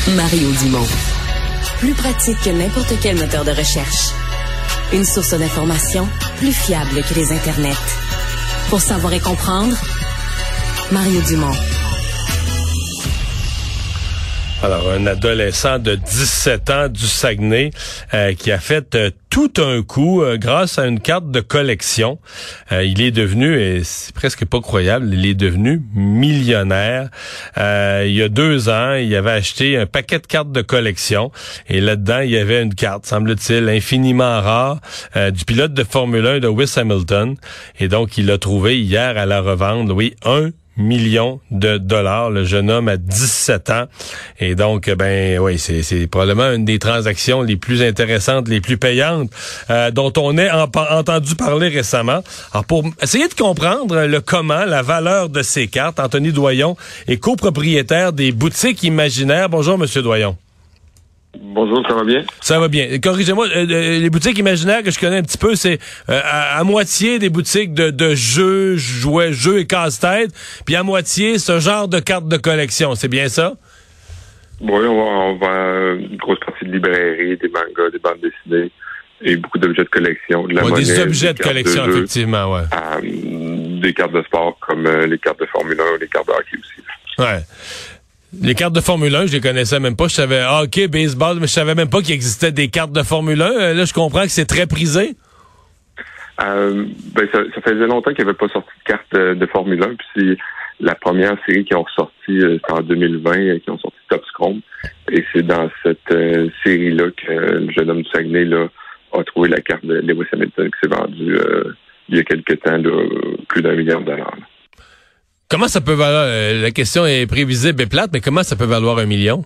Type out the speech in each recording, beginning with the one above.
Mario Dumont. Plus pratique que n'importe quel moteur de recherche. Une source d'information plus fiable que les internets. Pour savoir et comprendre, Mario Dumont. Alors, un adolescent de 17 ans du Saguenay qui a fait tout un coup grâce à une carte de collection. Il est devenu, et c'est presque pas croyable, il est devenu millionnaire. Il y a 2 ans, il avait acheté un paquet de cartes de collection et là-dedans, il y avait une carte, semble-t-il, infiniment rare du pilote de Formule 1 de Lewis Hamilton. Et donc, il l'a trouvé hier à la revente, oui, 1 million de dollars, le jeune homme à 17 ans. Et donc, oui, c'est probablement une des transactions les plus intéressantes, les plus payantes dont on ait entendu parler récemment. Alors, pour essayer de comprendre le comment, la valeur de ces cartes, Anthony Doyon est copropriétaire des boutiques imaginaires. Bonjour, Monsieur Doyon. Bonjour, ça va bien? Ça va bien. Corrigez-moi, les boutiques imaginaires que je connais un petit peu, c'est à moitié des boutiques de jeux, jeux et casse-tête, puis à moitié ce genre de cartes de collection. C'est bien ça? Oui, on vend une grosse partie de librairies, des mangas, des bandes dessinées et beaucoup d'objets de collection. De la monnaie, des objets de collection, de jeux, effectivement, ouais. Des cartes de sport comme les cartes de Formule 1 ou les cartes de hockey aussi. Ouais. Les cartes de Formule 1, je les connaissais même pas. Je savais hockey, baseball, mais je savais même pas qu'il existait des cartes de Formule 1. Là, je comprends que c'est très prisé. Ça faisait longtemps qu'il n'y avait pas sorti de cartes de Formule 1. Puis c'est la première série qui ont ressorti, c'est en 2020, qui ont sorti Top Scrum. Et c'est dans cette série-là que le jeune homme du Saguenay là, a trouvé la carte de Lewis Hamilton qui s'est vendue il y a quelques temps, là, plus d'1 million de dollars. Là. Comment ça peut valoir, la question est prévisible et plate, mais comment ça peut valoir 1 million?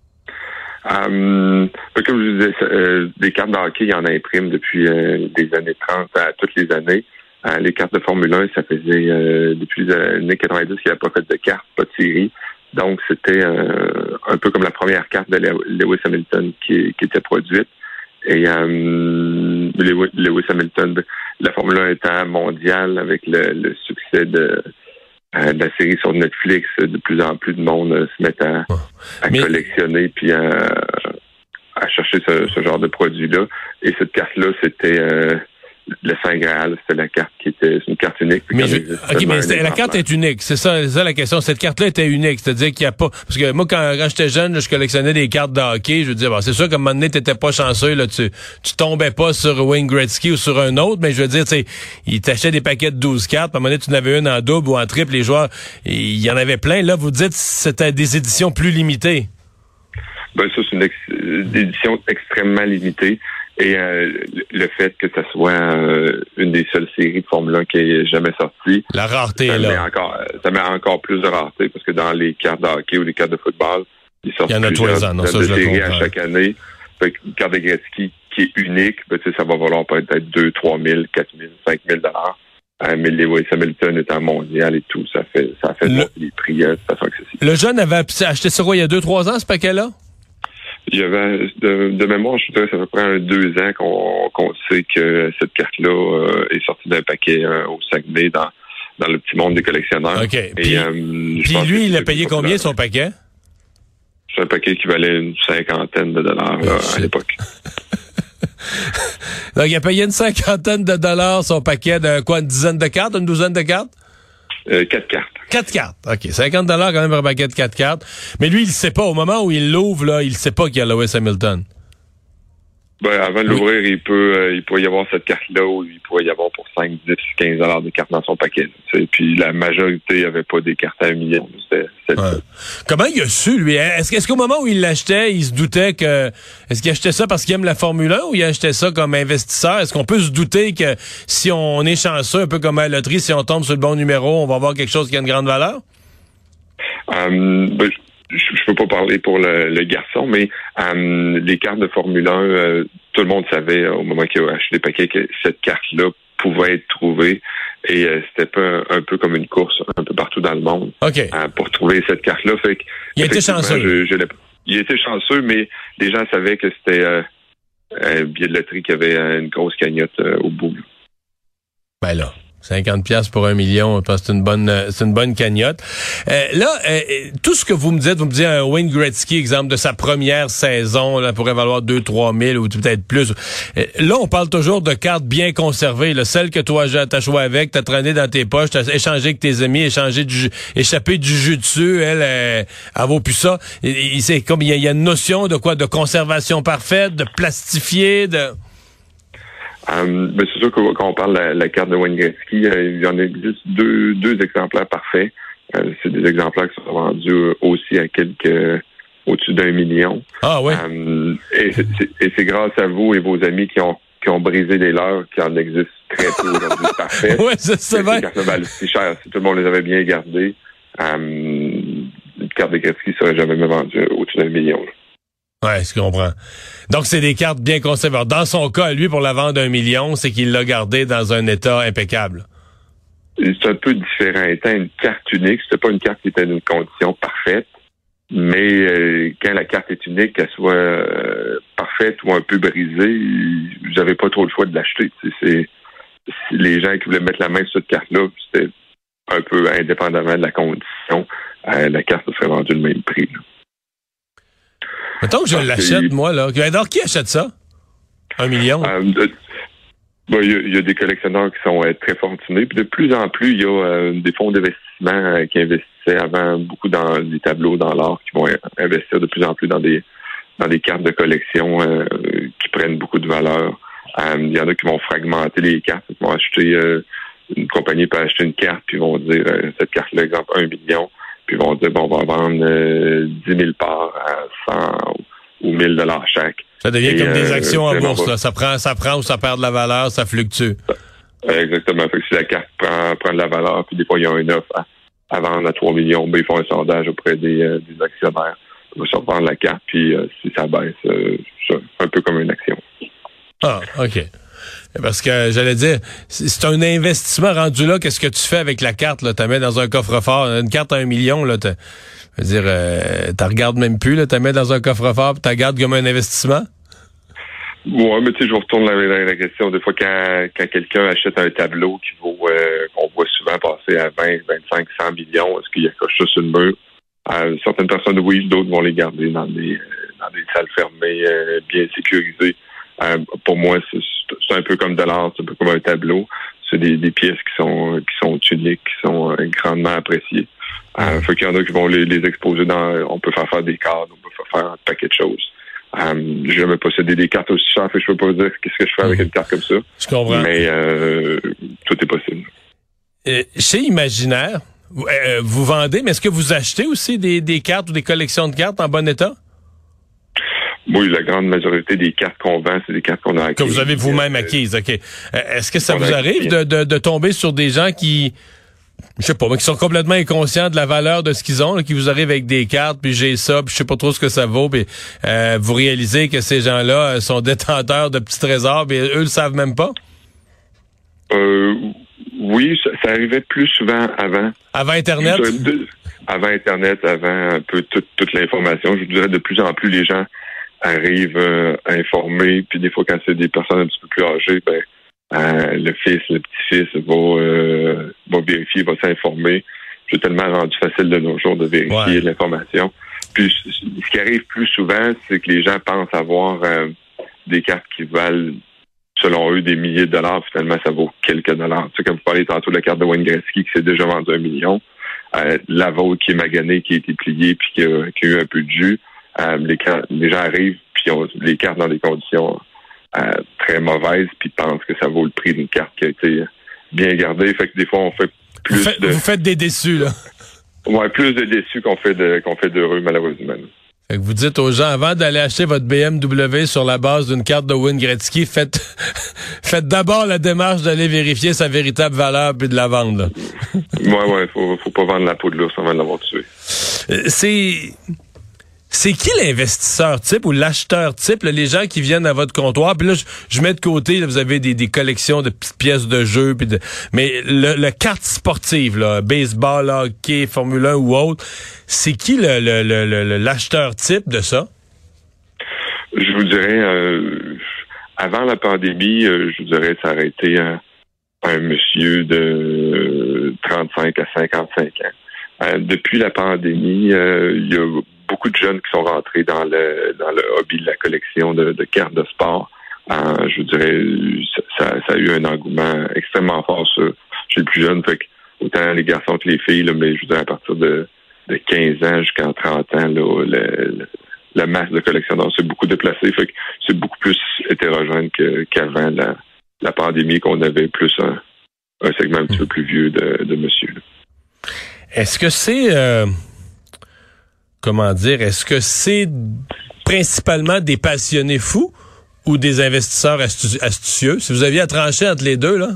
Comme je vous disais, des cartes de hockey, il y en imprime depuis des années 30 à toutes les années. Les cartes de Formule 1, ça faisait depuis les années 90 qu'il n'y avait pas fait de cartes, pas de série. Donc, c'était un peu comme la première carte de Lewis Hamilton qui était produite. Et Lewis Hamilton, la Formule 1 étant mondiale avec le succès de la série sur Netflix, de plus en plus de monde se met à collectionner puis à chercher ce genre de produit-là. Et cette carte-là, c'était le Saint Graal, c'était la carte qui était une carte unique. Mais la carte est unique, c'est ça la question. Cette carte-là était unique, c'est-à-dire qu'il n'y a pas... Parce que moi, quand j'étais jeune, là, je collectionnais des cartes de hockey, je veux dire, c'est sûr qu'à un moment donné, t'étais pas chanceux, là, tu tombais pas sur Wayne Gretzky ou sur un autre, mais je veux dire, tu sais, ils t'achetaient des paquets de 12 cartes, à un moment donné, tu en avais une en double ou en triple, les joueurs, il y en avait plein. Là, vous dites c'était des éditions plus limitées. Ça, c'est une édition extrêmement limitée. Et le fait que ça soit une des seules séries de Formule 1 qui ait jamais sorti, la rareté est là. Ça met encore plus de rareté parce que dans les cartes de hockey ou les cartes de football, il y en a plusieurs séries à chaque année. Fait une carte de Gretzky qui est unique, ça va valoir peut-être 2 000, 3 000, 4 000, 5 000 $. Mais Lewis Hamilton étant mondial et tout, ça fait les prix de façon accessible. Le jeune avait acheté ça il y a 2-3 ans, ce paquet-là? Il y avait, de mémoire, je dirais, ça fait près 2 ans qu'on sait que cette carte-là est sortie d'un paquet au Saguenay dans le petit monde des collectionneurs. OK. Puis lui, il a payé combien son paquet? C'est un paquet qui valait une 50aine de dollars à l'époque. Donc, il a payé une 50aine de dollars son paquet de quoi, une dizaine de cartes, une douzaine de cartes? 4 cartes. 4 cartes. OK. 50 $ quand même pour un paquet de 4 cartes. Mais lui, il sait pas. Au moment où il l'ouvre, là, il sait pas qu'il y a Lewis Hamilton. Avant de l'ouvrir, il pourrait y avoir cette carte-là ou il pourrait y avoir pour 5, 10, 15 $ de cartes dans son paquet. Puis la majorité, il n'y avait pas des cartes à 1 million. C'était Comment il a su, lui? Est-ce qu'au moment où il l'achetait, il se doutait que... Est-ce qu'il achetait ça parce qu'il aime la Formule 1 ou il achetait ça comme investisseur? Est-ce qu'on peut se douter que si on est chanceux, un peu comme à la loterie, si on tombe sur le bon numéro, on va avoir quelque chose qui a une grande valeur? Je peux pas parler pour le garçon, mais les cartes de Formule 1, tout le monde savait au moment qu'il a acheté les paquets que cette carte-là pouvait être trouvée et c'était un peu comme une course un peu partout dans le monde pour trouver cette carte-là. Fait il était chanceux. Il était chanceux, mais les gens savaient que c'était un billet de loterie qui avait une grosse cagnotte au bout. Ben là. $50 pour 1 million, je pense que c'est une bonne cagnotte. Tout ce que vous me dites Wayne Gretzky, exemple de sa première saison, là, pourrait valoir 2-3 000 ou peut-être plus. Là, on parle toujours de cartes bien conservées, là, celles que toi t'as joué avec, t'as traîné dans tes poches, t'as échangé avec tes amis, échappé du jus dessus, elle vaut plus ça. C'est comme il y a une notion de quoi, de conservation parfaite, de plastifier, de... C'est sûr que quand on parle de la carte de Wayne Gretzky, il y en existe deux exemplaires parfaits. C'est des exemplaires qui sont vendus aussi à au-dessus d'1 million. Ah oui. Et c'est grâce à vous et vos amis qui ont brisé les leurs qu'il en existe très peu aujourd'hui parfaits. Oui, c'est vrai. Les cartes valent si cher. Si tout le monde les avait bien gardées, une carte de Gretzky serait jamais vendue au-dessus d'1 million. Ouais, je comprends. Donc, c'est des cartes bien conservées. Dans son cas, lui, pour la vente d'1 million, c'est qu'il l'a gardé dans un état impeccable. C'est un peu différent. Étant une carte unique, c'était pas une carte qui était d'une condition parfaite, mais quand la carte est unique, qu'elle soit parfaite ou un peu brisée, j'avais pas trop le choix de l'acheter. C'est les gens qui voulaient mettre la main sur cette carte-là, c'était un peu indépendamment de la condition, la carte serait vendue le même prix. Là. Mettons que je l'achète, moi, là. Alors, qui achète ça? 1 million? Il y a des collectionneurs qui sont très fortunés. Puis de plus en plus, il y a des fonds d'investissement qui investissaient avant beaucoup dans des tableaux, dans l'art, qui vont investir de plus en plus dans des cartes de collection qui prennent beaucoup de valeur. Il y en a qui vont fragmenter les cartes. Ils vont acheter, une compagnie peut acheter une carte, puis ils vont dire, cette carte-là, exemple, 1 million. Puis ils vont dire, on va vendre 10 000 parts à 100 ou 1 000 $ chaque. Ça devient comme des actions en bourse. Là. Ça prend ou ça perd de la valeur, ça fluctue. Exactement. Fait que si la carte prend de la valeur, puis des fois, il y a une offre à vendre à 3 millions, ben, ils font un sondage auprès des actionnaires. Ils vont se revendre la carte, puis si ça baisse, c'est un peu comme une action. Ah, OK. Parce que j'allais dire, c'est un investissement rendu là. Qu'est-ce que tu fais avec la carte? Tu la mets dans un coffre-fort. Une carte à 1 million, là, t'en regardes même plus. Tu la mets dans un coffre-fort et tu la gardes comme un investissement? Ouais, mais tu sais, je vous retourne la question. Des fois, quand quelqu'un achète un tableau qui vaut, qu'on voit souvent passer à 20, 25, 100 millions, est-ce qu'il y a quelque chose sur le mur? Certaines personnes, oui, d'autres vont les garder dans des salles fermées, bien sécurisées. Pour moi, c'est un peu comme de l'art, c'est un peu comme un tableau. C'est des pièces qui sont uniques, qui sont grandement appréciées. Fait qu'il y en a qui vont les exposer on peut faire des cadres, on peut faire un paquet de choses. J'ai jamais possédé des cartes aussi chères, fait que je peux pas dire qu'est-ce que je fais avec une carte comme ça. Je comprends. Mais tout est possible. Chez Imaginaire, vous vendez, mais est-ce que vous achetez aussi des cartes ou des collections de cartes en bon état? Oui, la grande majorité des cartes qu'on vend, c'est des cartes qu'on a acquises. Que vous avez vous-même acquises, OK. Est-ce que ça vous arrive de tomber sur des gens qui, je sais pas, mais qui sont complètement inconscients de la valeur de ce qu'ils ont, là, qui vous arrivent avec des cartes, puis j'ai ça, puis je sais pas trop ce que ça vaut, puis vous réalisez que ces gens-là sont détenteurs de petits trésors, puis eux le savent même pas? Oui, ça arrivait plus souvent avant. Avant Internet? Avant Internet, avant un peu toute l'information. Je vous dirais de plus en plus les gens arrivent informés, puis des fois quand c'est des personnes un petit peu plus âgées, le fils, le petit-fils va vérifier, va s'informer. C'est tellement rendu facile de nos jours de vérifier l'information. Puis ce qui arrive plus souvent, c'est que les gens pensent avoir des cartes qui valent, selon eux, des milliers de dollars. Finalement, ça vaut quelques dollars. Tu sais, comme vous parlez tantôt de la carte de Wayne Gretzky qui s'est déjà vendue 1 million. La vôtre qui est maganée, qui a été pliée, puis qui a eu un peu de jus. Les gens arrivent, puis ont les cartes dans des conditions très mauvaises, puis pensent que ça vaut le prix d'une carte qui a été bien gardée. Fait que des fois, on fait plus vous faites des déçus, là. Ouais, plus de déçus qu'on fait d'heureux, malheureusement. Fait que vous dites aux gens, avant d'aller acheter votre BMW sur la base d'une carte de Wayne Gretzky, faites d'abord la démarche d'aller vérifier sa véritable valeur puis de la vendre, là. Ouais, faut pas vendre la peau de l'ours avant de l'avoir tué. C'est qui l'investisseur type ou l'acheteur type, là, les gens qui viennent à votre comptoir? Puis là, je mets de côté, là, vous avez des collections de petites pièces de jeu, mais le carte sportive, là, baseball, hockey, Formule 1 ou autre, c'est qui l'acheteur type de ça? Je vous dirais, avant la pandémie, ça aurait été un monsieur de 35 à 55 ans. Depuis la pandémie, il y a beaucoup de jeunes qui sont rentrés dans le hobby de la collection de cartes de sport. Je vous dirais, ça a eu un engouement extrêmement fort chez les plus jeunes. Fait que autant les garçons que les filles, là, mais je vous dirais à partir de 15 ans jusqu'à 30 ans, là, la masse de collectionneurs s'est beaucoup déplacée. Fait que c'est beaucoup plus hétérogène qu'avant la pandémie, qu'on avait plus un segment un petit peu plus vieux de monsieur. Là. Est-ce que c'est est-ce que c'est principalement des passionnés fous ou des investisseurs astucieux? Si vous aviez à trancher entre les deux, là?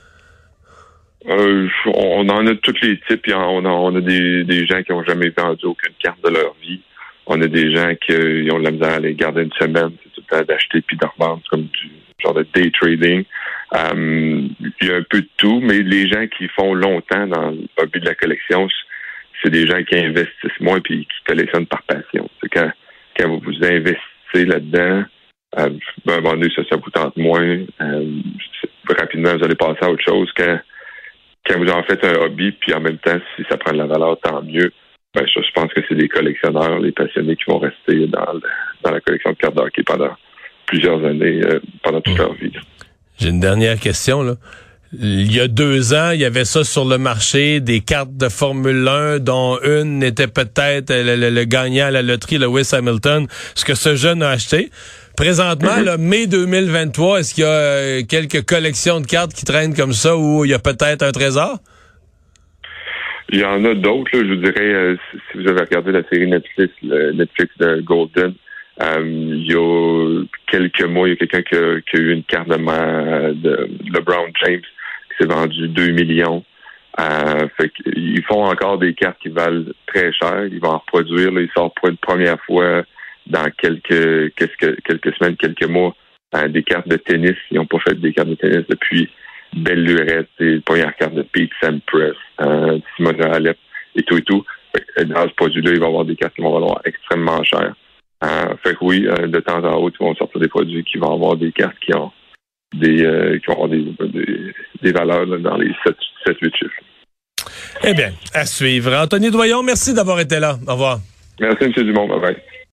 On en a tous les types. On a des gens qui n'ont jamais vendu aucune carte de leur vie. On a des gens qui ont de la misère à les garder une semaine. C'est tout le temps d'acheter puis de revendre, comme du genre de day trading. Il y a un peu de tout, mais les gens qui font longtemps dans le hobby de la collection, c'est des gens qui investissent moins puis qui collectionnent par passion. C'est quand vous vous investissez là-dedans, à un moment donné, ça vous tente moins. Rapidement, vous allez passer à autre chose. Quand vous en faites un hobby, puis en même temps, si ça prend de la valeur, tant mieux. Je pense que c'est des collectionneurs, les passionnés qui vont rester dans la collection de cartes de hockey pendant plusieurs années, pendant toute leur vie. J'ai une dernière question, là. Il y a 2 ans, il y avait ça sur le marché, des cartes de Formule 1, dont une était peut-être le gagnant à la loterie, Lewis Hamilton, ce que ce jeune a acheté. Présentement, là, mai 2023, est-ce qu'il y a quelques collections de cartes qui traînent comme ça où il y a peut-être un trésor? Il y en a d'autres, là, je vous dirais, si vous avez regardé la série Netflix de Golden, il y a quelques mois, il y a quelqu'un qui a eu une carte de LeBron James qui s'est vendu 2 millions. Fait qu'ils font encore des cartes qui valent très cher. Ils vont en reproduire. Là, ils sortent pour une première fois dans quelques semaines, quelques mois, des cartes de tennis. Ils n'ont pas fait des cartes de tennis depuis Belle Lurette, les premières cartes de Pete Sampras, Simone Halep et tout. Fait que dans ce produit-là, il va y avoir des cartes qui vont valoir extrêmement cher. Fait que oui, de temps en autre, ils vont sortir des produits qui vont avoir des cartes qui ont des valeurs là, dans les 7-8 chiffres. Eh bien, à suivre. Anthony Doyon, merci d'avoir été là. Au revoir. Merci, M. Dumont. Bye bye.